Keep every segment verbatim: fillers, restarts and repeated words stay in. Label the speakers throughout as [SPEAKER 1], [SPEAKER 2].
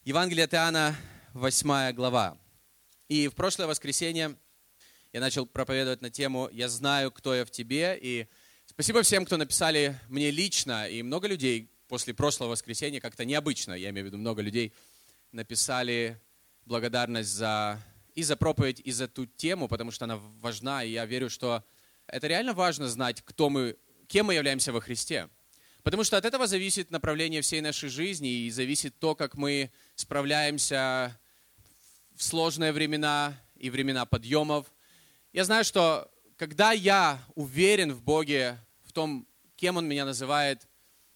[SPEAKER 1] Евангелие от Иоанна, восьмая глава. И в прошлое воскресенье я начал проповедовать на тему «Я знаю, кто я в тебе». И спасибо всем, кто написали мне лично. И много людей после прошлого воскресенья, как-то необычно, я имею в виду, много людей написали благодарность за, и за проповедь, и за ту тему, потому что она важна. И я верю, что это реально важно знать, кто мы, кем мы являемся во Христе. Потому что от этого зависит направление всей нашей жизни и зависит то, как мы справляемся в сложные времена и времена подъемов. Я знаю, что когда я уверен в Боге, в том, кем Он меня называет,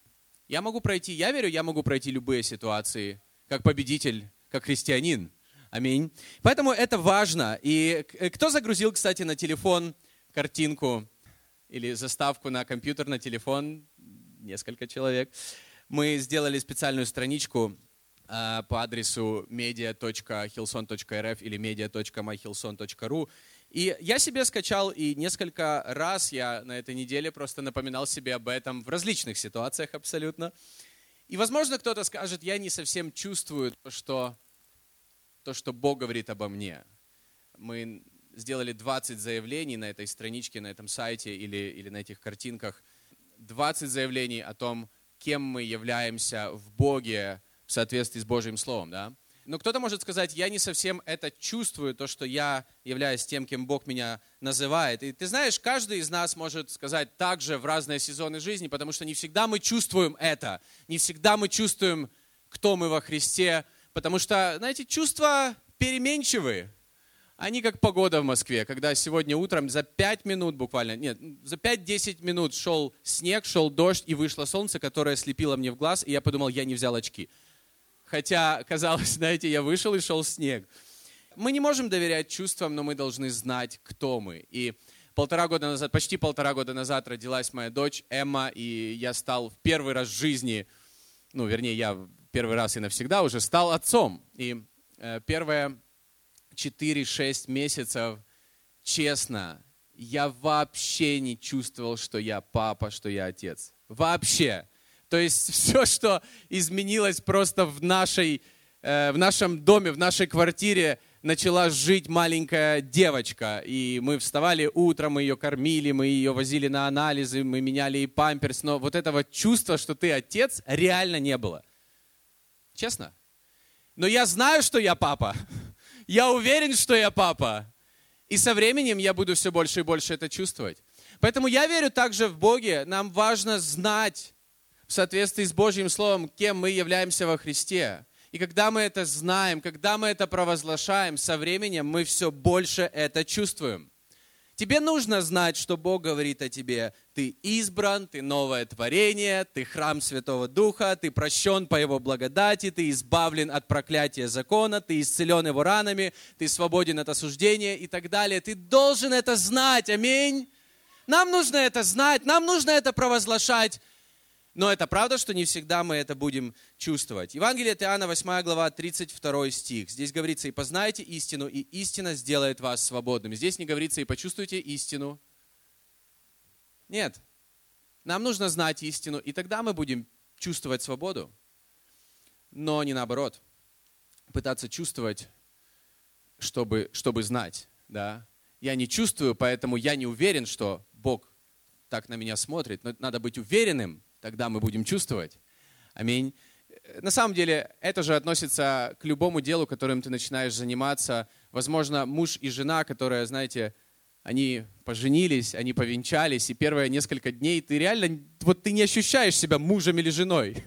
[SPEAKER 1] я могу пройти, я верю, я могу пройти любые ситуации, как победитель, как христианин. Аминь. Поэтому это важно. И кто загрузил, кстати, на телефон картинку или заставку на компьютер, на телефон? Несколько человек. Мы сделали специальную страничку э, по адресу media точка hillsong точка эр эф или media точка my hillsong точка ру. И я себе скачал, и несколько раз я на этой неделе просто напоминал себе об этом в различных ситуациях абсолютно. И, возможно, кто-то скажет, я не совсем чувствую то, что, то, что Бог говорит обо мне. Мы сделали двадцать заявлений на этой страничке, на этом сайте или, или на этих картинках. двадцать заявлений о том, кем мы являемся в Боге в соответствии с Божьим Словом. Да? Но кто-то может сказать, я не совсем это чувствую, то, что я являюсь тем, кем Бог меня называет. И ты знаешь, каждый из нас может сказать так же в разные сезоны жизни, потому что не всегда мы чувствуем это, не всегда мы чувствуем, кто мы во Христе, потому что, знаете, чувства переменчивые. Они как погода в Москве, когда сегодня утром за пять минут буквально, нет, за пять-десять минут шел снег, шел дождь и вышло солнце, которое слепило мне в глаз, и я подумал, я не взял очки. Хотя, казалось, знаете, я вышел и шел снег. Мы не можем доверять чувствам, но мы должны знать, кто мы. И полтора года назад, почти полтора года назад родилась моя дочь Эмма, и я стал в первый раз в жизни, ну, вернее, я первый раз и навсегда уже стал отцом. И э, первое... четыре-шесть месяцев, честно, я вообще не чувствовал, что я папа, что я отец. Вообще. То есть все, что изменилось просто в, нашей, э, в нашем доме, в нашей квартире, начала жить маленькая девочка. И мы вставали утром, мы ее кормили, мы ее возили на анализы, мы меняли ей памперс. Но вот этого чувства, что ты отец, реально не было. Честно. Но я знаю, что я папа. Я уверен, что я папа. И со временем я буду все больше и больше это чувствовать. Поэтому я верю также в Боге. Нам важно знать в соответствии с Божьим Словом, кем мы являемся во Христе. И когда мы это знаем, когда мы это провозглашаем, со временем мы все больше это чувствуем. Тебе нужно знать, что Бог говорит о тебе. Ты избран, ты новое творение, ты храм Святого Духа, ты прощен по Его благодати, ты избавлен от проклятия закона, ты исцелен Его ранами, ты свободен от осуждения и так далее. Ты должен это знать, аминь. Нам нужно это знать, нам нужно это провозглашать. Но это правда, что не всегда мы это будем чувствовать. Евангелие от Иоанна, восьмая глава, тридцать второй стих. Здесь говорится, и познайте истину, и истина сделает вас свободными. Здесь не говорится, и почувствуйте истину. Нет. Нам нужно знать истину, и тогда мы будем чувствовать свободу. Но не наоборот. Пытаться чувствовать, чтобы, чтобы знать. Да? Я не чувствую, поэтому я не уверен, что Бог так на меня смотрит. Но надо быть уверенным. Тогда мы будем чувствовать. Аминь. На самом деле, это же относится к любому делу, которым ты начинаешь заниматься. Возможно, муж и жена, которые, знаете, они поженились, они повенчались, и первые несколько дней ты реально, вот ты не ощущаешь себя мужем или женой.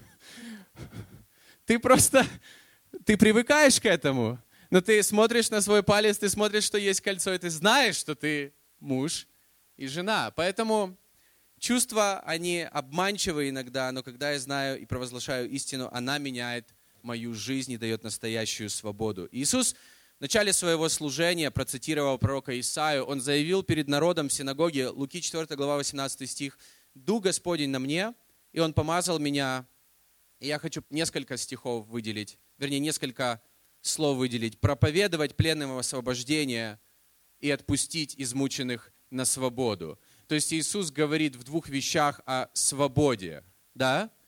[SPEAKER 1] Ты просто, ты привыкаешь к этому. Но ты смотришь на свой палец, ты смотришь, что есть кольцо, и ты знаешь, что ты муж и жена. Поэтому... чувства, они обманчивы иногда, но когда я знаю и провозглашаю истину, она меняет мою жизнь и дает настоящую свободу. Иисус в начале своего служения процитировал пророка Исаию. Он заявил перед народом в синагоге, Луки четвёртая глава, восемнадцатый стих, «Дух Господень на мне, и Он помазал меня». И я хочу несколько стихов выделить, вернее, несколько слов выделить. «Проповедовать пленным освобождение и отпустить измученных на свободу». То есть Иисус говорит в двух вещах о свободе. Да?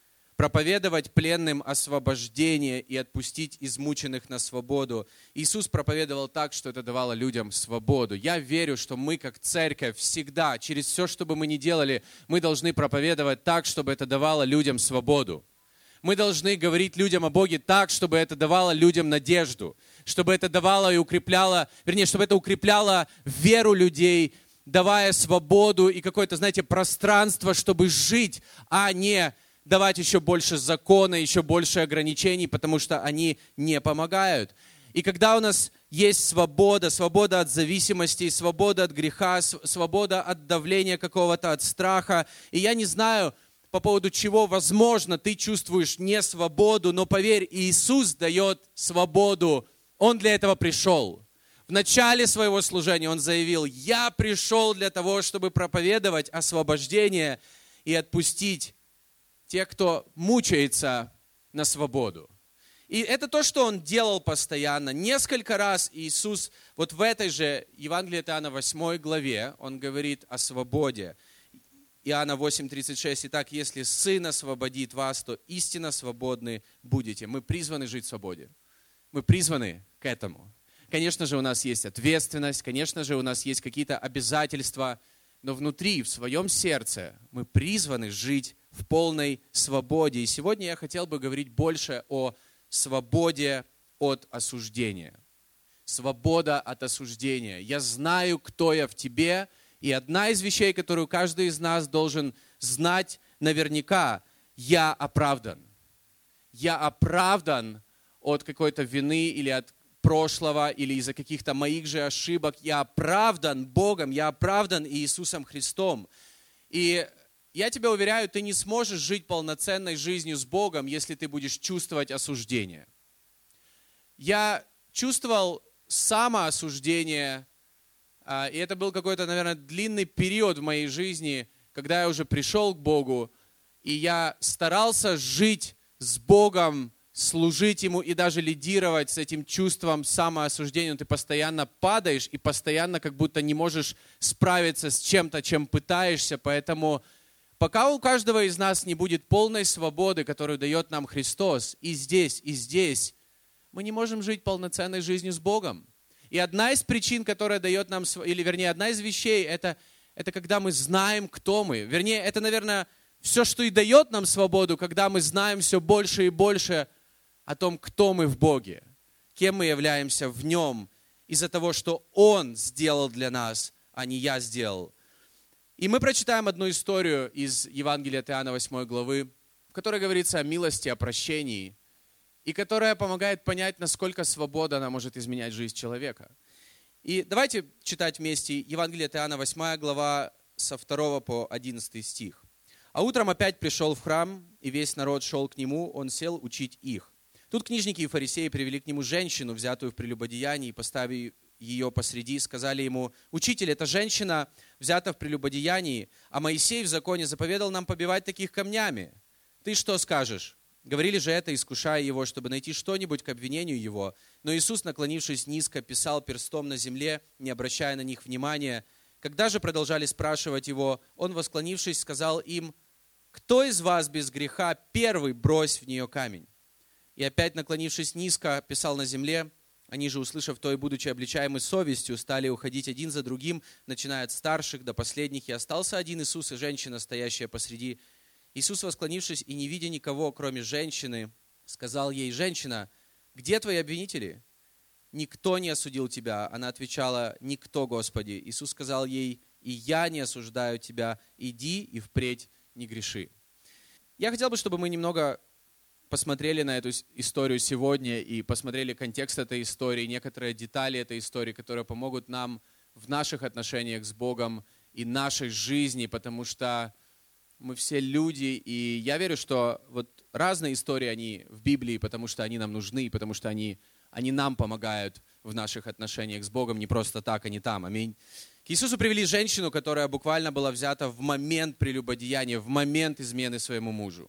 [SPEAKER 1] проповедовать пленным освобождение и отпустить измученных на свободу. Иисус проповедовал так, что это давало людям свободу. Я верю, что мы, как церковь, всегда, через все, что бы мы ни делали, мы должны проповедовать так, чтобы это давало людям свободу. Мы должны говорить людям о Боге так, чтобы это давало людям надежду, чтобы это давало и укрепляло, вернее, чтобы это укрепляло веру людей, давая свободу и какое-то, знаете, пространство, чтобы жить, а не давать еще больше закона, еще больше ограничений, потому что они не помогают. И когда у нас есть свобода, свобода от зависимости, свобода от греха, свобода от давления какого-то, от страха, и я не знаю, по поводу чего, возможно, ты чувствуешь несвободу, но поверь, Иисус дает свободу. Он для этого пришел. В начале своего служения Он заявил: «Я пришел для того, чтобы проповедовать освобождение и отпустить тех, кто мучается, на свободу». И это то, что Он делал постоянно. Несколько раз Иисус, вот в этой же Евангелии от Иоанна восьмой главе, Он говорит о свободе. Иоанна восемь тридцать шесть. «Итак, если Сын освободит вас, то истинно свободны будете». Мы призваны жить в свободе. Мы призваны к этому. Конечно же, у нас есть ответственность, конечно же, у нас есть какие-то обязательства, но внутри, в своем сердце, мы призваны жить в полной свободе. И сегодня я хотел бы говорить больше о свободе от осуждения. Свобода от осуждения. Я знаю, кто я в тебе. И одна из вещей, которую каждый из нас должен знать наверняка: я оправдан. Я оправдан от какой-то вины или от прошлого, или из-за каких-то моих же ошибок. Я оправдан Богом, я оправдан Иисусом Христом. И я тебя уверяю, ты не сможешь жить полноценной жизнью с Богом, если ты будешь чувствовать осуждение. Я чувствовал самоосуждение, и это был какой-то, наверное, длинный период в моей жизни, когда я уже пришел к Богу, и я старался жить с Богом, служить Ему и даже лидировать с этим чувством самоосуждения. Ты постоянно падаешь и постоянно как будто не можешь справиться с чем-то, чем пытаешься. Поэтому пока у каждого из нас не будет полной свободы, которую дает нам Христос, и здесь, и здесь, мы не можем жить полноценной жизнью с Богом. И одна из причин, которая дает нам, или вернее, одна из вещей, это, это когда мы знаем, кто мы. Вернее, это, наверное, все, что и дает нам свободу, когда мы знаем все больше и больше о том, кто мы в Боге, кем мы являемся в Нем, из-за того, что Он сделал для нас, а не я сделал. И мы прочитаем одну историю из Евангелия от Иоанна восьмой главы, в которой говорится о милости, о прощении, и которая помогает понять, насколько свобода она может изменять жизнь человека. И давайте читать вместе Евангелие от Иоанна восьмая глава со второго по одиннадцатый стих. «А утром опять пришел в храм, и весь народ шел к нему, он сел учить их. Тут книжники и фарисеи привели к нему женщину, взятую в прелюбодеянии, и, поставив ее посреди, сказали ему: «Учитель, эта женщина взята в прелюбодеянии, а Моисей в законе заповедал нам побивать таких камнями. Ты что скажешь?» Говорили же это, искушая его, чтобы найти что-нибудь к обвинению его. Но Иисус, наклонившись низко, писал перстом на земле, не обращая на них внимания. Когда же продолжали спрашивать его, он, восклонившись, сказал им: «Кто из вас без греха первый брось в нее камень?» И опять, наклонившись низко, писал на земле. Они же, услышав то и будучи обличаемы совестью, стали уходить один за другим, начиная от старших до последних. И остался один Иисус и женщина, стоящая посреди. Иисус, восклонившись и не видя никого, кроме женщины, сказал ей: «Женщина, где твои обвинители? Никто не осудил тебя». Она отвечала: «Никто, Господи». Иисус сказал ей: «И я не осуждаю тебя. Иди и впредь не греши». Я хотел бы, чтобы мы немного посмотрели на эту историю сегодня и посмотрели контекст этой истории, некоторые детали этой истории, которые помогут нам в наших отношениях с Богом и нашей жизни, потому что мы все люди, и я верю, что вот разные истории, они в Библии, потому что они нам нужны, потому что они, они нам помогают в наших отношениях с Богом, не просто так, они там, аминь. К Иисусу привели женщину, которая буквально была взята в момент прелюбодеяния, в момент измены своему мужу.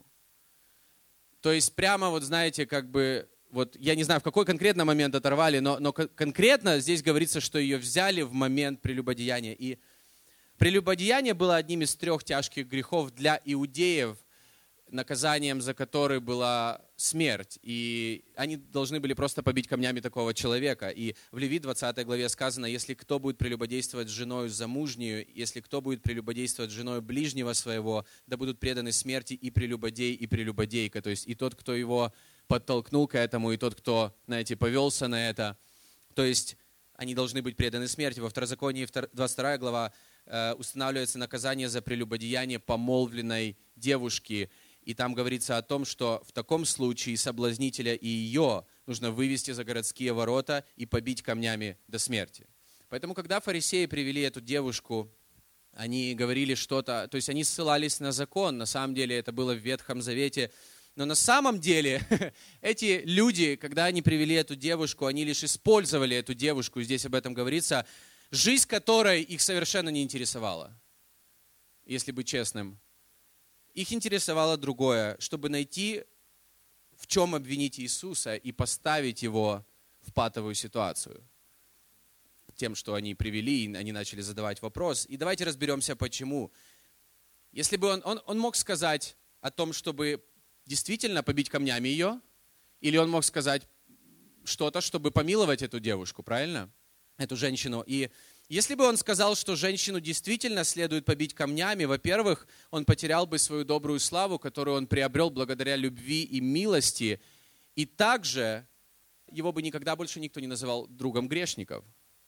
[SPEAKER 1] То есть прямо вот знаете, как бы, вот я не знаю, в какой конкретно момент оторвали, но, но конкретно здесь говорится, что ее взяли в момент прелюбодеяния. И прелюбодеяние было одним из трех тяжких грехов для иудеев. наказанием за который была смерть. И они должны были просто побить камнями такого человека. И в Левит двадцатой главе сказано, если кто будет прелюбодействовать с женою замужнюю, если кто будет прелюбодействовать с женой ближнего своего, да будут преданы смерти и прелюбодей, и прелюбодейка. То есть и тот, кто его подтолкнул к этому, и тот, кто, знаете, повелся на это. То есть они должны быть преданы смерти. Во Второзаконии двадцать вторая глава э, устанавливается наказание за прелюбодеяние помолвленной девушки. И там говорится о том, что в таком случае соблазнителя и ее нужно вывести за городские ворота и побить камнями до смерти. Поэтому, когда фарисеи привели эту девушку, они говорили что-то, то есть они ссылались на закон, на самом деле это было в Ветхом Завете, но на самом деле эти люди, когда они привели эту девушку, они лишь использовали эту девушку, здесь об этом говорится, жизнь которой их совершенно не интересовала, если быть честным. Их интересовало другое, чтобы найти, в чем обвинить Иисуса и поставить его в патовую ситуацию. Тем, что они привели, и они начали задавать вопрос. И давайте разберемся, почему. Если бы он, он, он мог сказать о том, чтобы действительно побить камнями ее, или он мог сказать что-то, чтобы помиловать эту девушку, правильно? Эту женщину. И если бы он сказал, что женщину действительно следует побить камнями, во-первых, он потерял бы свою добрую славу, которую он приобрел благодаря любви и милости, и также его бы никогда больше никто не называл другом грешников.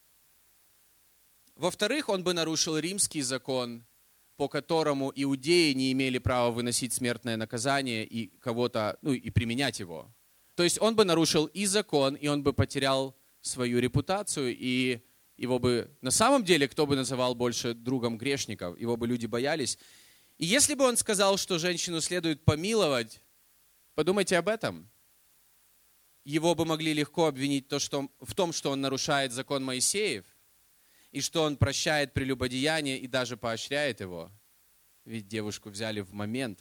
[SPEAKER 1] Во-вторых, он бы нарушил римский закон, по которому иудеи не имели права выносить смертное наказание и кого-то, ну, и применять его. То есть он бы нарушил и закон, и он бы потерял свою репутацию, и его бы, на самом деле, кто бы называл больше другом грешников, его бы люди боялись. И если бы он сказал, что женщину следует помиловать, подумайте об этом. Его бы могли легко обвинить то, что, в том, что он нарушает закон Моисеев, и что он прощает прелюбодеяние и даже поощряет его. Ведь девушку взяли в момент.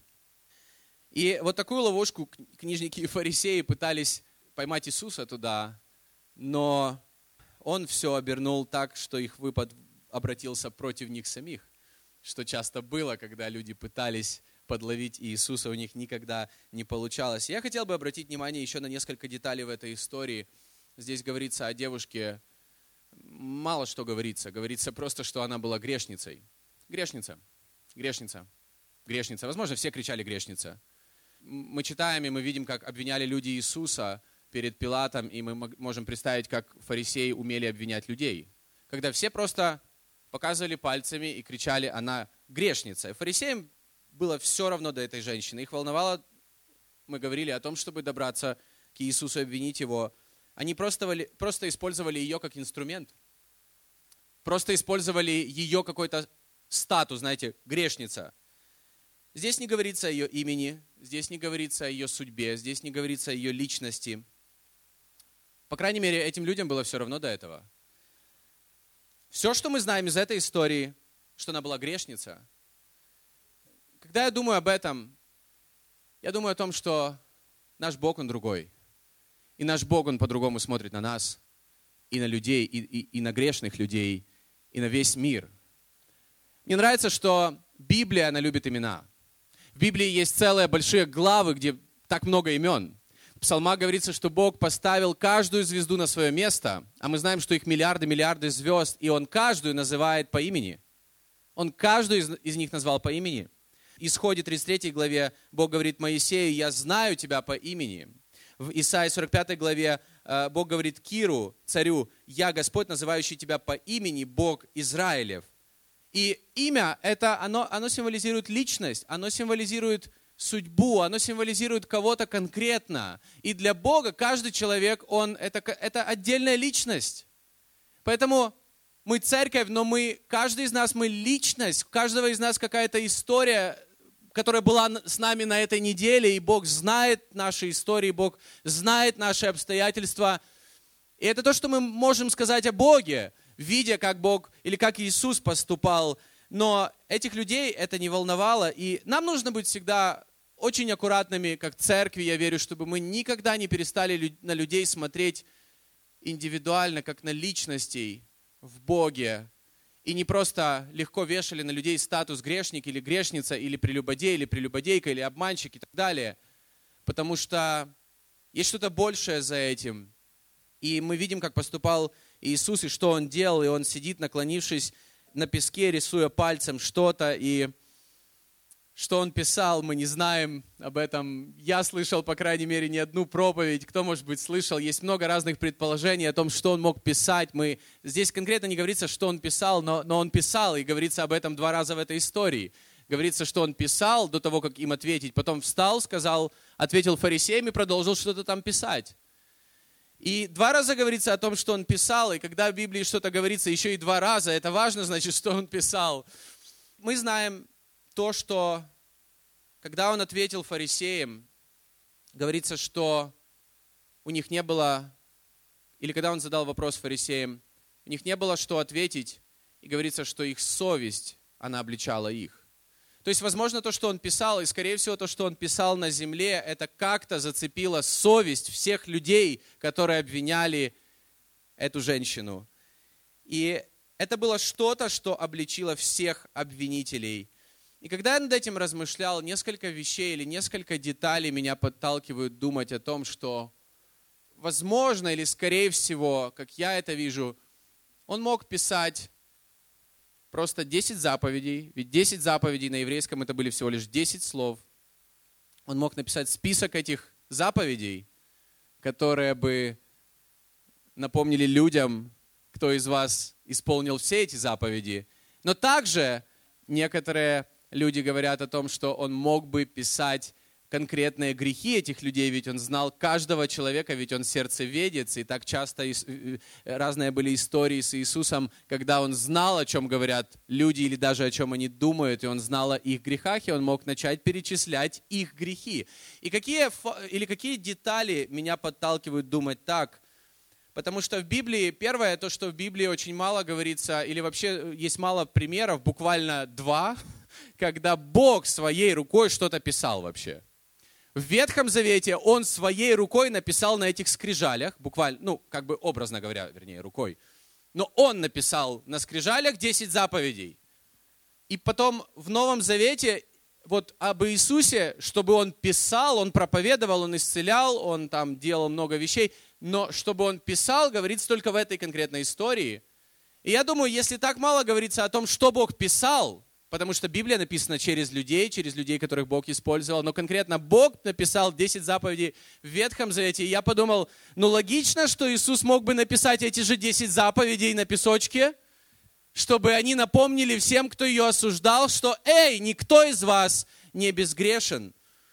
[SPEAKER 1] И вот такую ловушку книжники и фарисеи пытались поймать Иисуса туда, но он все обернул так, что их выпад обратился против них самих, что часто было, когда люди пытались подловить Иисуса, у них никогда не получалось. Я хотел бы обратить внимание еще на несколько деталей в этой истории. Здесь говорится о девушке, мало что говорится, говорится просто, что она была грешницей. Грешница, грешница, грешница. Возможно, все кричали «грешница». Мы читаем, и мы видим, как обвиняли люди Иисуса перед Пилатом, и мы можем представить, как фарисеи умели обвинять людей. Когда все просто показывали пальцами и кричали «она грешница». И фарисеям было все равно до этой женщины. Их волновало, мы говорили о том, чтобы добраться к Иисусу и обвинить его. Они просто, просто использовали ее как инструмент. Просто использовали ее какой-то статус, знаете, грешница. Здесь не говорится о ее имени, здесь не говорится о ее судьбе, здесь не говорится о ее личности. По крайней мере, этим людям было все равно до этого. Все, что мы знаем из этой истории, что она была грешница. Когда я думаю об этом, я думаю о том, что наш Бог, Он другой. И наш Бог, Он по-другому смотрит на нас, и на людей, и, и, и на грешных людей, и на весь мир. Мне нравится, что Библия, она любит имена. В Библии есть целые большие главы, где так много имен. В Псалмах говорится, что Бог поставил каждую звезду на свое место, а мы знаем, что их миллиарды, миллиарды звезд, и Он каждую называет по имени. Он каждую из, из них назвал по имени. В Исходе тридцать третьей главе Бог говорит Моисею: «Я знаю тебя по имени». В Исаии сорок пятой главе Бог говорит Киру, царю: «Я Господь, называющий тебя по имени, Бог Израилев». И имя, это, оно, оно символизирует личность, оно символизирует судьбу, оно символизирует кого-то конкретно. И для Бога каждый человек, он, это, это отдельная личность. Поэтому мы церковь, но мы, каждый из нас, мы личность, у каждого из нас какая-то история, которая была с нами на этой неделе, и Бог знает наши истории, Бог знает наши обстоятельства. И это то, что мы можем сказать о Боге, видя, как Бог или как Иисус поступал. Но этих людей это не волновало, и нам нужно быть всегда очень аккуратными, как церкви, я верю, чтобы мы никогда не перестали на людей смотреть индивидуально, как на личностей в Боге. и не просто легко вешали на людей статус грешник или грешница, или прелюбодей, или прелюбодейка, или обманщик и так далее. Потому что есть что-то большее за этим. И мы видим, как поступал Иисус, и что Он делал. И Он сидит, наклонившись на песке, рисуя пальцем что-то. И что Он писал, мы не знаем об этом. Я слышал, по крайней мере, не одну проповедь. Кто, может быть, слышал? Есть много разных предположений о том, что Он мог писать. Мы... Здесь конкретно не говорится, что Он писал, но, но Он писал, и говорится об этом два раза в этой истории. Говорится, что Он писал до того, как им ответить. Потом встал, сказал, ответил фарисеям и продолжил что-то там писать. И два раза говорится о том, что Он писал. И когда в Библии что-то говорится еще и два раза, это важно, значит, что Он писал. Мы знаем то, что когда Он ответил фарисеям, говорится, что у них не было, или когда Он задал вопрос фарисеям, у них не было что ответить, и говорится, что их совесть, она обличала их. То есть, возможно, то, что Он писал, и, скорее всего, то, что Он писал на земле, это как-то зацепило совесть всех людей, которые обвиняли эту женщину. И это было что-то, что обличило всех обвинителей. И когда я над этим размышлял, несколько вещей или несколько деталей меня подталкивают думать о том, что, возможно, или скорее всего, как я это вижу, Он мог писать просто десять заповедей, ведь десять заповедей на еврейском это были всего лишь десять слов. Он мог написать список этих заповедей, которые бы напомнили людям, кто из вас исполнил все эти заповеди. Но также некоторые люди говорят о том, что Он мог бы писать конкретные грехи этих людей, ведь Он знал каждого человека, ведь Он сердцеведец, и так часто разные были истории с Иисусом, когда Он знал, о чем говорят люди, или даже о чем они думают, и Он знал о их грехах, и Он мог начать перечислять их грехи. И какие, или какие детали меня подталкивают думать так? Потому что в Библии, первое, то, что в Библии очень мало говорится, или вообще есть мало примеров, буквально два, когда Бог своей рукой что-то писал вообще. В Ветхом Завете Он своей рукой написал на этих скрижалях, буквально, ну, как бы образно говоря, вернее, рукой, но Он написал на скрижалях десять заповедей. И потом в Новом Завете, вот об Иисусе, чтобы Он писал, Он проповедовал, Он исцелял, Он там делал много вещей, но чтобы Он писал, говорится только в этой конкретной истории. И я думаю, если так мало говорится о том, что Бог писал, потому что Библия написана через людей, через людей, которых Бог использовал. Но конкретно Бог написал десять заповедей в Ветхом Завете. И я подумал, ну логично, что Иисус мог бы написать эти же десять заповедей на песочке, чтобы они напомнили всем, кто ее осуждал, что «Эй, никто из вас не безгрешен».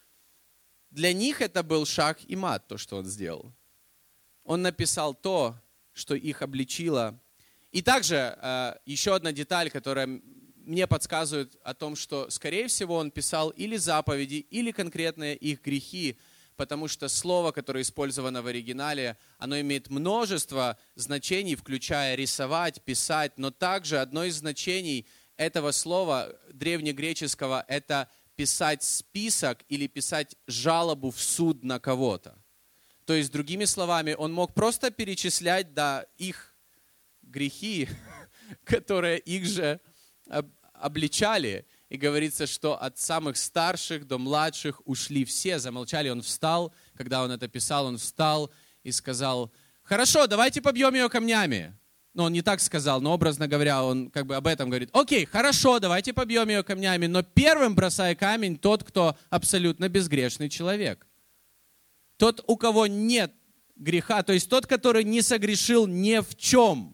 [SPEAKER 1] Для них это был шах и мат, то, что Он сделал. Он написал то, что их обличило. И также э, еще одна деталь, которая мне подсказывает о том, что, скорее всего, Он писал или заповеди, или конкретные их грехи, потому что слово, которое использовано в оригинале, оно имеет множество значений, включая рисовать, писать, но также одно из значений этого слова древнегреческого – это писать список или писать жалобу в суд на кого-то. То есть, другими словами, Он мог просто перечислять, да, их грехи, которые их же обличали, и говорится, что от самых старших до младших ушли все, замолчали. Он встал, когда он это писал, он встал и сказал: хорошо, давайте побьем ее камнями. Но он не так сказал, но образно говоря, он как бы об этом говорит. Окей, хорошо, давайте побьем ее камнями, но первым бросай камень тот, кто абсолютно безгрешный человек. Тот, у кого нет греха, то есть тот, который не согрешил ни в чем.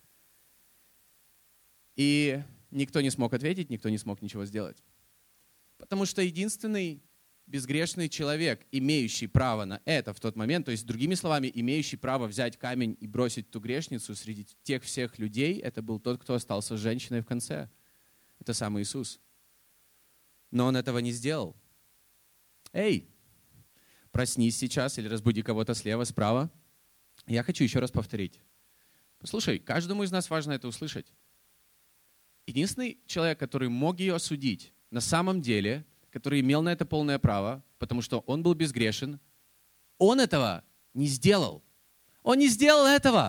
[SPEAKER 1] И никто не смог ответить, никто не смог ничего сделать. Потому что единственный безгрешный человек, имеющий право на это в тот момент, то есть, другими словами, имеющий право взять камень и бросить ту грешницу среди тех всех людей, это был тот, кто остался с женщиной в конце. Это сам Иисус. Но Он этого не сделал. Эй, проснись сейчас или разбуди кого-то слева, справа. Я хочу еще раз повторить. Послушай, каждому из нас важно это услышать. Единственный человек, который мог ее осудить, на самом деле, который имел на это полное право, потому что он был безгрешен, он этого не сделал. Он не сделал этого.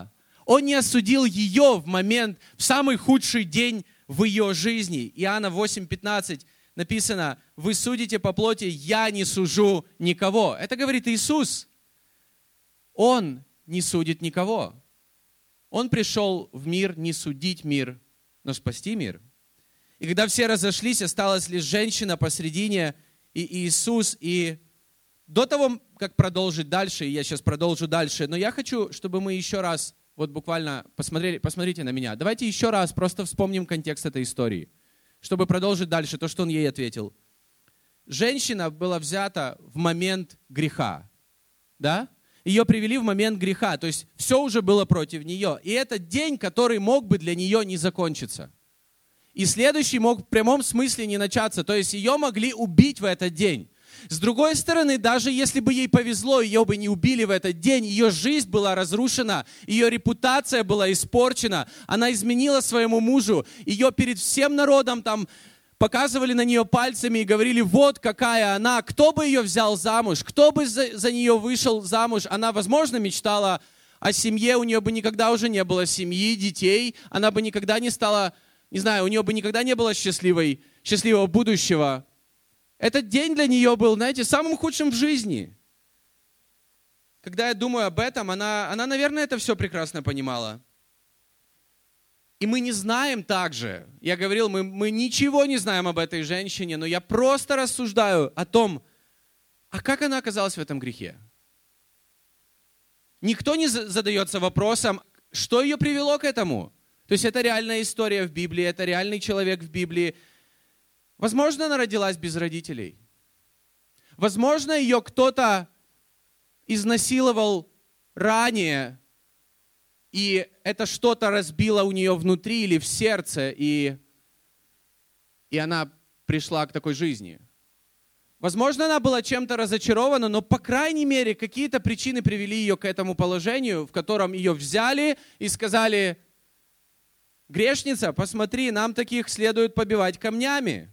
[SPEAKER 1] Он не осудил ее в момент, в самый худший день в ее жизни. Иоанна восемь пятнадцать написано: «Вы судите по плоти, я не сужу никого». Это говорит Иисус. Он не судит никого. Он пришел в мир не судить мир, но спасти мир. И когда все разошлись, осталась лишь женщина посредине и Иисус. И до того, как продолжить дальше, и я сейчас продолжу дальше, но я хочу, чтобы мы еще раз, вот буквально, посмотрели, посмотрите на меня. Давайте еще раз просто вспомним контекст этой истории, чтобы продолжить дальше то, что он ей ответил. Женщина была взята в момент греха, да? Ее привели в момент греха, то есть все уже было против нее. И это день, который мог бы для нее не закончиться. И следующий мог в прямом смысле не начаться, то есть ее могли убить в этот день. С другой стороны, даже если бы ей повезло, ее бы не убили в этот день, ее жизнь была разрушена, ее репутация была испорчена, она изменила своему мужу, ее перед всем народом там показывали на нее пальцами и говорили: вот какая она, кто бы ее взял замуж, кто бы за, за нее вышел замуж. Она, возможно, мечтала о семье, у нее бы никогда уже не было семьи, детей, она бы никогда не стала, не знаю, у нее бы никогда не было счастливой, счастливого будущего. Этот день для нее был, знаете, самым худшим в жизни. Когда я думаю об этом, она, она, наверное, это все прекрасно понимала. И мы не знаем также, я говорил, мы, мы ничего не знаем об этой женщине, но я просто рассуждаю о том, а как она оказалась в этом грехе? Никто не задается вопросом, что ее привело к этому. То есть это реальная история в Библии, это реальный человек в Библии. Возможно, она родилась без родителей. Возможно, ее кто-то изнасиловал ранее, и это что-то разбило у нее внутри или в сердце, и, и она пришла к такой жизни. Возможно, она была чем-то разочарована, но, по крайней мере, какие-то причины привели ее к этому положению, в котором ее взяли и сказали: грешница, посмотри, нам таких следует побивать камнями.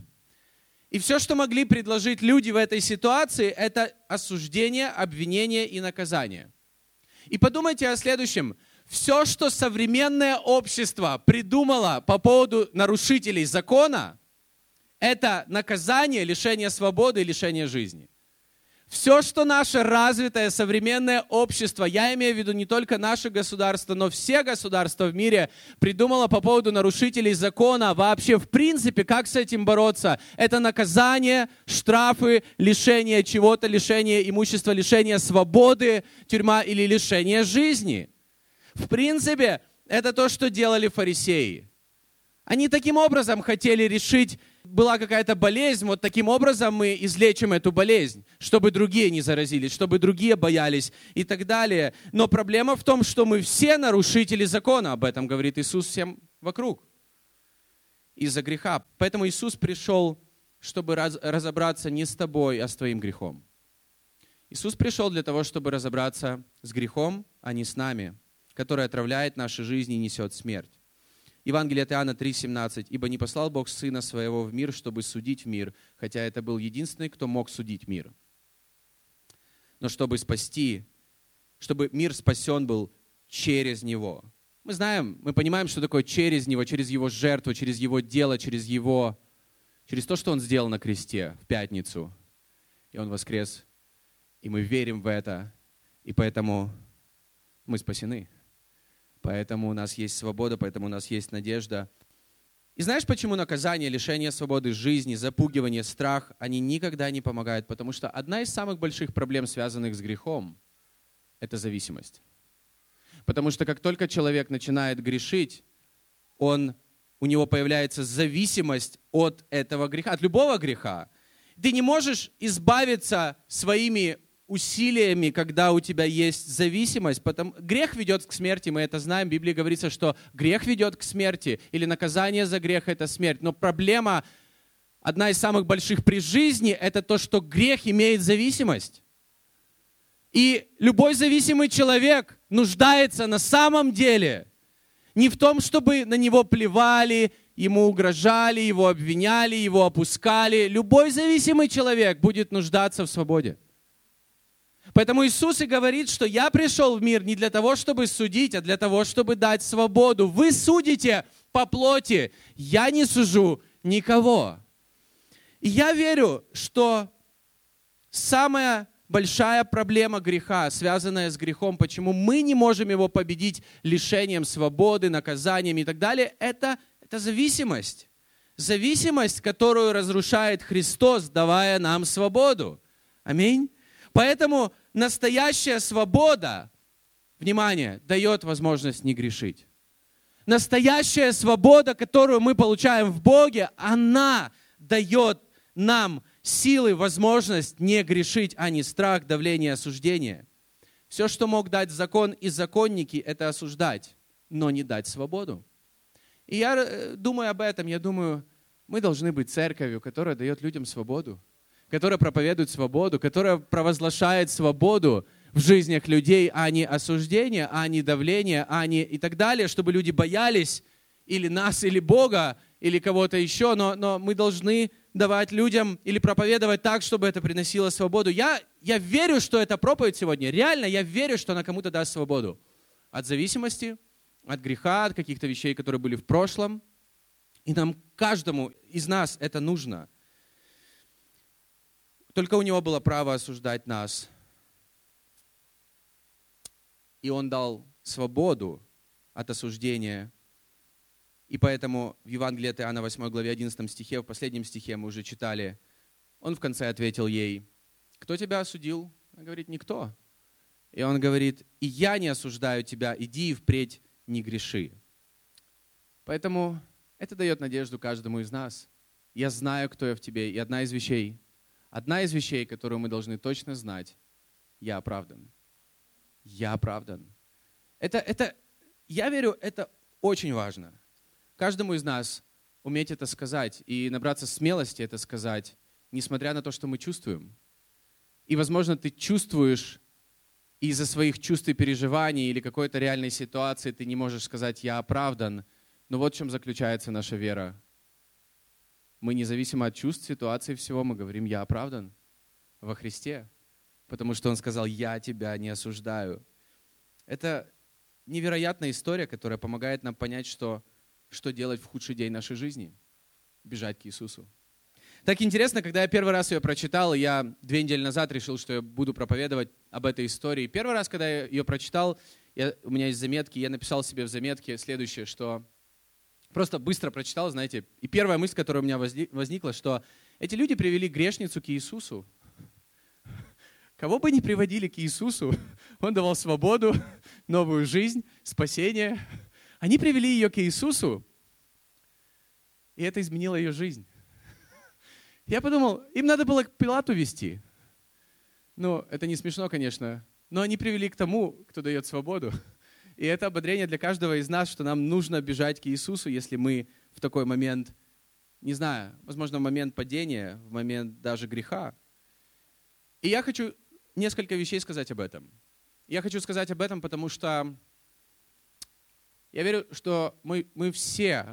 [SPEAKER 1] И все, что могли предложить люди в этой ситуации, это осуждение, обвинение и наказание. И подумайте о следующем. Все, что современное общество придумало по поводу нарушителей закона, это наказание, лишение свободы и лишение жизни. Все, что наше развитое современное общество, я имею в виду не только наше государство, но все государства в мире, придумало по поводу нарушителей закона, вообще в принципе, как с этим бороться, это наказание, штрафы, лишение чего-то, лишение имущества, лишение свободы, тюрьма или лишение жизни. В принципе, это то, что делали фарисеи. Они таким образом хотели решить, была какая-то болезнь, вот таким образом мы излечим эту болезнь, чтобы другие не заразились, чтобы другие боялись и так далее. Но проблема в том, что мы все нарушители закона, об этом говорит Иисус всем вокруг, из-за греха. Поэтому Иисус пришел, чтобы раз, разобраться не с тобой, а с твоим грехом. Иисус пришел для того, чтобы разобраться с грехом, а не с нами, который отравляет наши жизни и несет смерть. Евангелие от Иоанна три семнадцать. «Ибо не послал Бог Сына Своего в мир, чтобы судить мир, хотя это был единственный, кто мог судить мир, но чтобы спасти, чтобы мир спасен был через Него». Мы знаем, мы понимаем, что такое через Него, через Его жертву, через Его дело, через Его, через то, что Он сделал на кресте в пятницу. И Он воскрес, и мы верим в это, и поэтому мы спасены. Поэтому у нас есть свобода, поэтому у нас есть надежда. И знаешь, почему наказание, лишение свободы, жизни, запугивание, страх, они никогда не помогают? Потому что одна из самых больших проблем, связанных с грехом, это зависимость. Потому что как только человек начинает грешить, он, у него появляется зависимость от этого греха, от любого греха. Ты не можешь избавиться своими усилиями, когда у тебя есть зависимость. Потому... Грех ведет к смерти, мы это знаем. В Библии говорится, что грех ведет к смерти, или наказание за грех – это смерть. Но проблема, одна из самых больших при жизни, это то, что грех имеет зависимость. И любой зависимый человек нуждается на самом деле не в том, чтобы на него плевали, ему угрожали, его обвиняли, его опускали. Любой зависимый человек будет нуждаться в свободе. Поэтому Иисус и говорит, что я пришел в мир не для того, чтобы судить, а для того, чтобы дать свободу. Вы судите по плоти, я не сужу никого. И я верю, что самая большая проблема греха, связанная с грехом, почему мы не можем его победить лишением свободы, наказанием и так далее, это, это зависимость. Зависимость, которую разрушает Христос, давая нам свободу. Аминь. Поэтому настоящая свобода, внимание, дает возможность не грешить. Настоящая свобода, которую мы получаем в Боге, она дает нам силы, возможность не грешить, а не страх, давление, осуждение. Все, что мог дать закон и законники, это осуждать, но не дать свободу. И я думаю об этом, я думаю, мы должны быть церковью, которая дает людям свободу, которая проповедует свободу, которая провозглашает свободу в жизнях людей, а не осуждение, а не давление, а не и так далее, чтобы люди боялись или нас, или Бога, или кого-то еще, но, но мы должны давать людям или проповедовать так, чтобы это приносило свободу. Я, я верю, что эта проповедь сегодня, реально я верю, что она кому-то даст свободу от зависимости, от греха, от каких-то вещей, которые были в прошлом. И нам, каждому из нас это нужно. Только у него было право осуждать нас. И он дал свободу от осуждения. И поэтому в Евангелии от Иоанна восьмой главе одиннадцатом стихе, в последнем стихе мы уже читали, он в конце ответил ей: «Кто тебя осудил?» Она говорит: «Никто». И он говорит: «И я не осуждаю тебя, иди и впредь не греши». Поэтому это дает надежду каждому из нас. Я знаю, кто я в тебе. И одна из вещей, одна из вещей, которую мы должны точно знать: я оправдан. Я оправдан. Это, это, я верю, это очень важно. Каждому из нас уметь это сказать и набраться смелости это сказать, несмотря на то, что мы чувствуем. И, возможно, ты чувствуешь из-за своих чувств и переживаний или какой-то реальной ситуации ты не можешь сказать «я оправдан». Но вот в чем заключается наша вера. Мы независимо от чувств, ситуации, всего, мы говорим «я оправдан» во Христе. Потому что Он сказал «я тебя не осуждаю». Это невероятная история, которая помогает нам понять, что, что делать в худший день нашей жизни. Бежать к Иисусу. Так интересно, когда я первый раз ее прочитал, я две недели назад решил, что я буду проповедовать об этой истории. Первый раз, когда я ее прочитал, я, у меня есть заметки, я написал себе в заметке следующее, что просто быстро прочитал, знаете, и первая мысль, которая у меня возникла, что эти люди привели грешницу к Иисусу. Кого бы ни приводили к Иисусу, Он давал свободу, новую жизнь, спасение. Они привели ее к Иисусу, и это изменило ее жизнь. Я подумал, им надо было к Пилату вести. Ну, это не смешно, конечно, но они привели к тому, кто дает свободу. И это ободрение для каждого из нас, что нам нужно бежать к Иисусу, если мы в такой момент, не знаю, возможно, в момент падения, в момент даже греха. И я хочу несколько вещей сказать об этом. Я хочу сказать об этом, потому что я верю, что мы, мы все,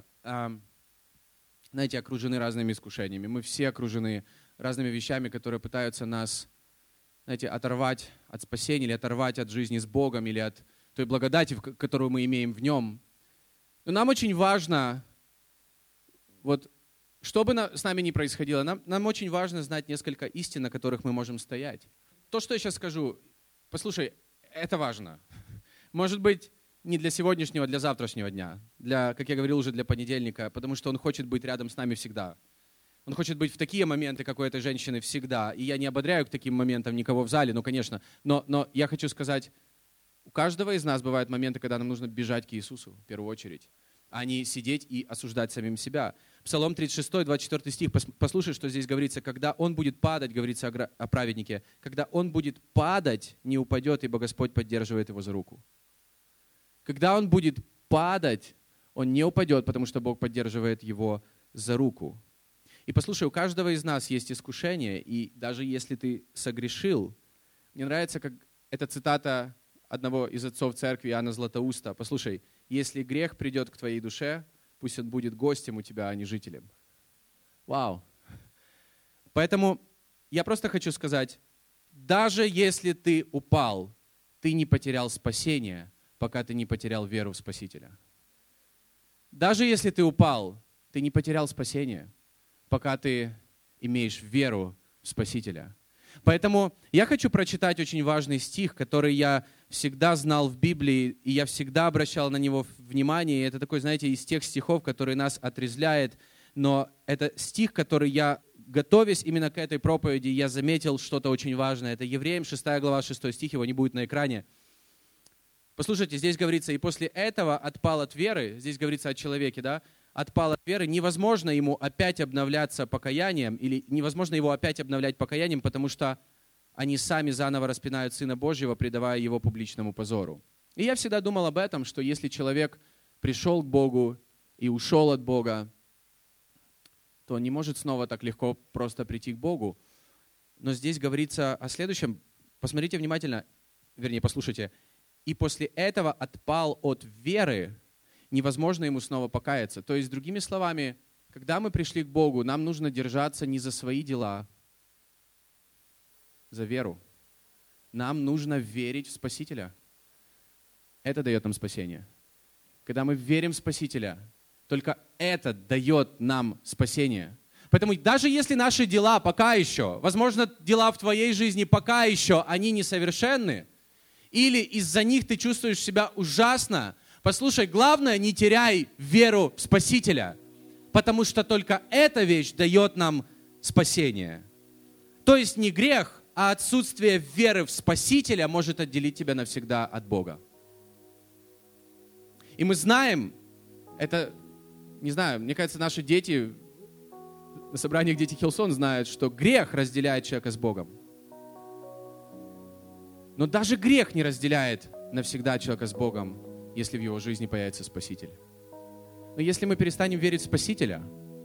[SPEAKER 1] знаете, окружены разными искушениями. Мы все окружены разными вещами, которые пытаются нас, знаете, оторвать от спасения, или оторвать от жизни с Богом, или от той благодати, которую мы имеем в Нем. Но нам очень важно, вот, что бы с нами ни происходило, нам, нам очень важно знать несколько истин, на которых мы можем стоять. То, что я сейчас скажу, послушай, это важно. Может быть, не для сегодняшнего, а для завтрашнего дня. Для, как я говорил уже, для понедельника, потому что Он хочет быть рядом с нами всегда. Он хочет быть в такие моменты, как у этой женщины, всегда. И я не ободряю к таким моментам никого в зале, ну, конечно. Но, но я хочу сказать, у каждого из нас бывают моменты, когда нам нужно бежать к Иисусу, в первую очередь, а не сидеть и осуждать самим себя. Псалом тридцать шесть, двадцать четвёртый стих, послушай, что здесь говорится. Когда он будет падать, говорится о праведнике, когда он будет падать, не упадет, ибо Господь поддерживает его за руку. Когда он будет падать, он не упадет, потому что Бог поддерживает его за руку. И послушай, у каждого из нас есть искушение, и даже если ты согрешил, мне нравится, как эта цитата одного из отцов церкви, Иоанна Златоуста. Послушай, если грех придет к твоей душе, пусть он будет гостем у тебя, а не жителем. Вау! Поэтому я просто хочу сказать, даже если ты упал, ты не потерял спасение, пока ты не потерял веру в Спасителя. Даже если ты упал, ты не потерял спасение, пока ты имеешь веру в Спасителя. Поэтому я хочу прочитать очень важный стих, который я всегда знал в Библии, и я всегда обращал на него внимание. И это такой, знаете, из тех стихов, который нас отрезвляет. Но это стих, который я, готовясь именно к этой проповеди, я заметил что-то очень важное. Это Евреям шестая глава, шестой стих, его не будет на экране. Послушайте, здесь говорится, и после этого отпал от веры, здесь говорится о человеке, да, отпал от веры, невозможно ему опять обновляться покаянием, или невозможно его опять обновлять покаянием, потому что они сами заново распинают Сына Божьего, предавая его публичному позору. И я всегда думал об этом, что если человек пришел к Богу и ушел от Бога, то он не может снова так легко просто прийти к Богу. Но здесь говорится о следующем. Посмотрите внимательно, вернее, послушайте. И после этого отпал от веры, невозможно ему снова покаяться. То есть, другими словами, когда мы пришли к Богу, нам нужно держаться не за свои дела, за веру. Нам нужно верить в Спасителя. Это дает нам спасение. Когда мы верим в Спасителя, только это дает нам спасение. Поэтому даже если наши дела пока еще, возможно, дела в твоей жизни пока еще, они несовершенны, или из-за них ты чувствуешь себя ужасно, послушай, главное, не теряй веру в Спасителя, потому что только эта вещь дает нам спасение. То есть не грех, а отсутствие веры в Спасителя может отделить тебя навсегда от Бога. И мы знаем, это, не знаю, мне кажется, наши дети на собраниях «Дети Хиллсон» знают, что грех разделяет человека с Богом. Но даже грех не разделяет навсегда человека с Богом, если в его жизни появится Спаситель. Но если мы перестанем верить в Спасителя,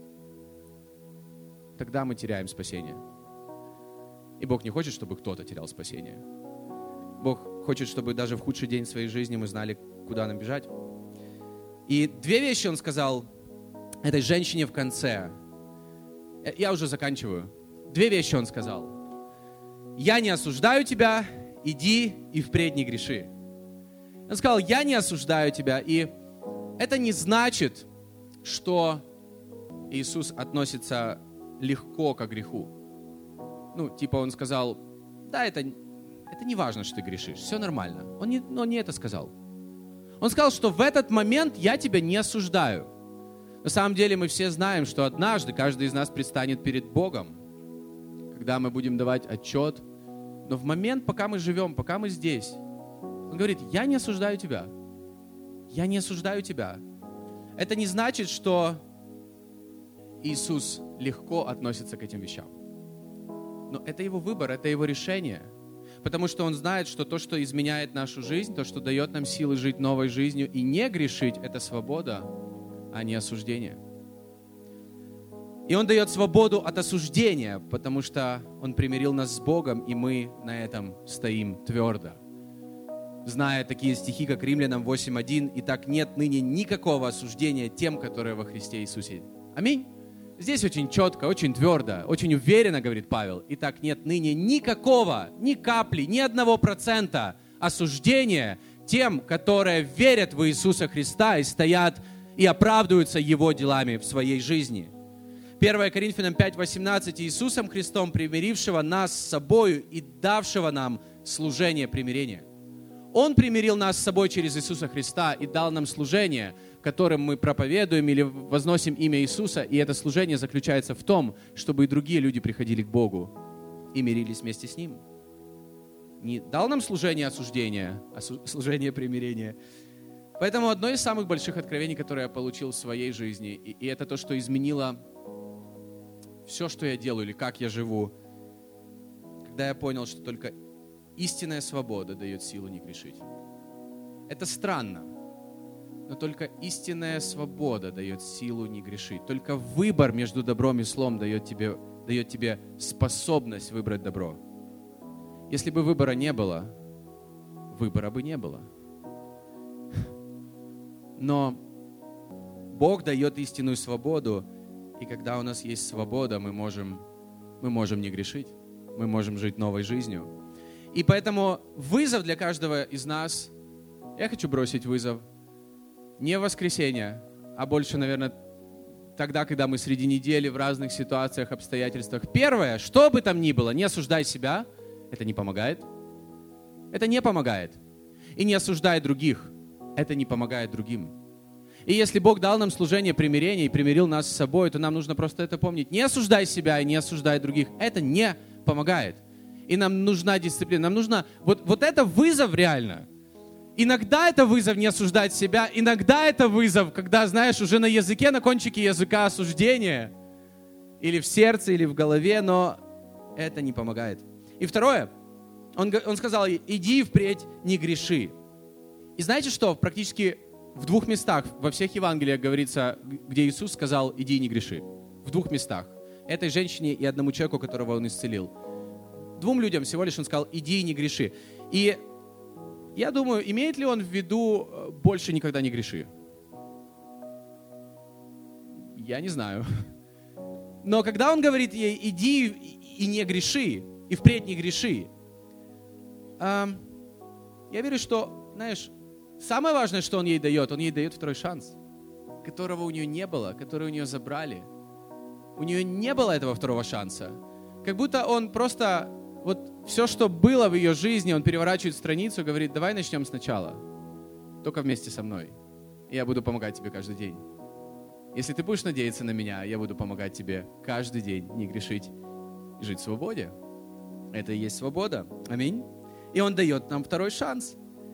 [SPEAKER 1] тогда мы теряем спасение. И Бог не хочет, чтобы кто-то терял спасение. Бог хочет, чтобы даже в худший день своей жизни мы знали, куда нам бежать. И две вещи Он сказал этой женщине в конце. Я уже заканчиваю. Две вещи Он сказал. «Я не осуждаю тебя, иди и впредь не греши». Он сказал, я не осуждаю тебя. И это не значит, что Иисус относится легко к греху. Ну, типа он сказал, да, это, это не важно, что ты грешишь, все нормально. Он не, он не это сказал. Он сказал, что в этот момент я тебя не осуждаю. На самом деле мы все знаем, что однажды каждый из нас предстанет перед Богом, когда мы будем давать отчет. Но в момент, пока мы живем, пока мы здесь, Он говорит, я не осуждаю тебя. Я не осуждаю тебя. Это не значит, что Иисус легко относится к этим вещам. Но это Его выбор, это Его решение. Потому что Он знает, что то, что изменяет нашу жизнь, то, что дает нам силы жить новой жизнью и не грешить, это свобода, а не осуждение. И Он дает свободу от осуждения, потому что Он примирил нас с Богом, и мы на этом стоим твердо. Зная такие стихи, как Римлянам восемь один, «Итак нет ныне никакого осуждения тем, которые во Христе Иисусе». Аминь. Здесь очень четко, очень твердо, очень уверенно говорит Павел. «Итак нет ныне никакого, ни капли, ни одного процента осуждения тем, которые верят в Иисуса Христа и стоят и оправдываются Его делами в своей жизни». первое Коринфянам пять восемнадцать. «Иисусом Христом, примирившего нас с собою и давшего нам служение примирения». Он примирил нас с собой через Иисуса Христа и дал нам служение, которым мы проповедуем или возносим имя Иисуса. И это служение заключается в том, чтобы и другие люди приходили к Богу и мирились вместе с Ним. Не дал нам служение осуждения, а служение примирения. Поэтому одно из самых больших откровений, которое я получил в своей жизни, и, и это то, что изменило все, что я делаю или как я живу, когда я понял, что только истинная свобода дает силу не грешить. Это странно, но только истинная свобода дает силу не грешить. Только выбор между добром и злом дает тебе, дает тебе способность выбрать добро. Если бы выбора не было, выбора бы не было. Но Бог дает истинную свободу, и когда у нас есть свобода, мы можем, мы можем не грешить. мы можем жить новой жизнью. И поэтому вызов для каждого из нас, я хочу бросить вызов не в воскресенье, а больше, наверное, тогда, когда мы среди недели в разных ситуациях, обстоятельствах. Первое, что бы там ни было, не осуждай себя, это не помогает. Это не помогает. И не осуждай других, это не помогает другим. И если Бог дал нам служение примирения и примирил нас с собой, то нам нужно просто это помнить. Не осуждай себя и не осуждай других. Это не помогает. И нам нужна дисциплина. Нам нужно... Вот, вот это вызов реально. Иногда это вызов не осуждать себя. Иногда это вызов, когда, знаешь, уже на языке, на кончике языка осуждение. Или в сердце, или в голове, но это не помогает. И второе. Он, он сказал, иди впредь, не греши. И знаете что? Практически в двух местах, во всех Евангелиях говорится, где Иисус сказал, иди и не греши. В двух местах. Этой женщине и одному человеку, которого он исцелил. Двум людям всего лишь он сказал, иди и не греши. И я думаю, имеет ли он в виду больше никогда не греши? Я не знаю. Но когда он говорит ей, иди и не греши, и впредь не греши, я верю, что, знаешь, самое важное, что он ей дает, он ей дает второй шанс, которого у нее не было, который у нее забрали. У нее не было этого второго шанса. Как будто он просто, вот все, что было в ее жизни, он переворачивает страницу и говорит, давай начнем сначала, только вместе со мной. И я буду помогать тебе каждый день. Если ты будешь надеяться на меня, я буду помогать тебе каждый день не грешить и жить в свободе. Это и есть свобода. Аминь. И он дает нам второй шанс.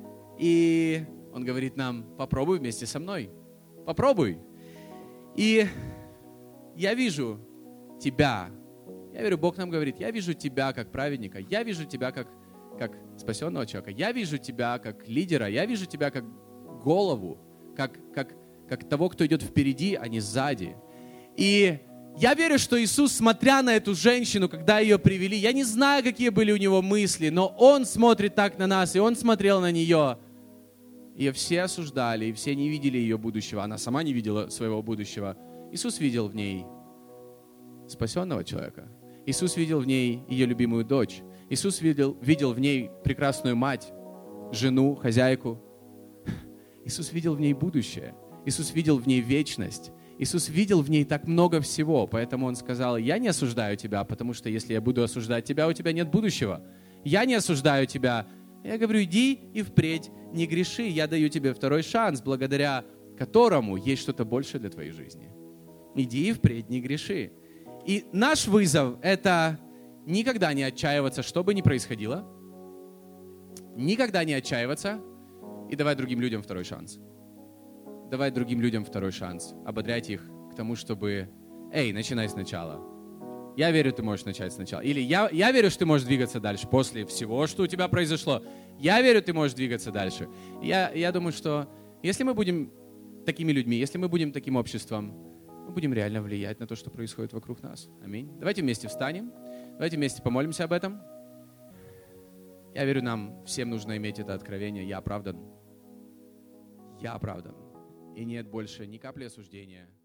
[SPEAKER 1] И он говорит нам, попробуй вместе со мной. Попробуй. И я вижу тебя. Я верю, Бог нам говорит, я вижу тебя как праведника. Я вижу тебя как, как спасенного человека. Я вижу тебя как лидера. Я вижу тебя как голову. Как, как, как того, кто идет впереди, а не сзади. И я верю, что Иисус, смотря на эту женщину, когда ее привели, я не знаю, какие были у него мысли, но Он смотрит так на нас, и Он смотрел на нее. Ее все осуждали, и все не видели ее будущего. Она сама не видела своего будущего. Иисус видел в ней спасенного человека. Иисус видел в ней ее любимую дочь. Иисус видел, видел в ней прекрасную мать, жену, хозяйку. Иисус видел в ней будущее. Иисус видел в ней вечность. Иисус видел в ней так много всего, поэтому Он сказал, я не осуждаю тебя, потому что если я буду осуждать тебя, у тебя нет будущего. Я не осуждаю тебя. Я говорю, иди и впредь не греши. Я даю тебе второй шанс, благодаря которому есть что-то большее для твоей жизни. Иди и впредь не греши. И наш вызов — это никогда не отчаиваться, что бы ни происходило. Никогда не отчаиваться и давать другим людям второй шанс. Давать другим людям второй шанс. Ободрять их к тому, чтобы... Эй, начинай сначала. Я верю, ты можешь начать сначала. Или я, я верю, что ты можешь двигаться дальше после всего, что у тебя произошло. Я верю, ты можешь двигаться дальше. Я, я думаю, что если мы будем такими людьми, если мы будем таким обществом, мы будем реально влиять на то, что происходит вокруг нас. Аминь. Давайте вместе встанем. Давайте вместе помолимся об этом. Я верю, нам всем нужно иметь это откровение. Я оправдан. Я оправдан. И нет больше ни капли осуждения,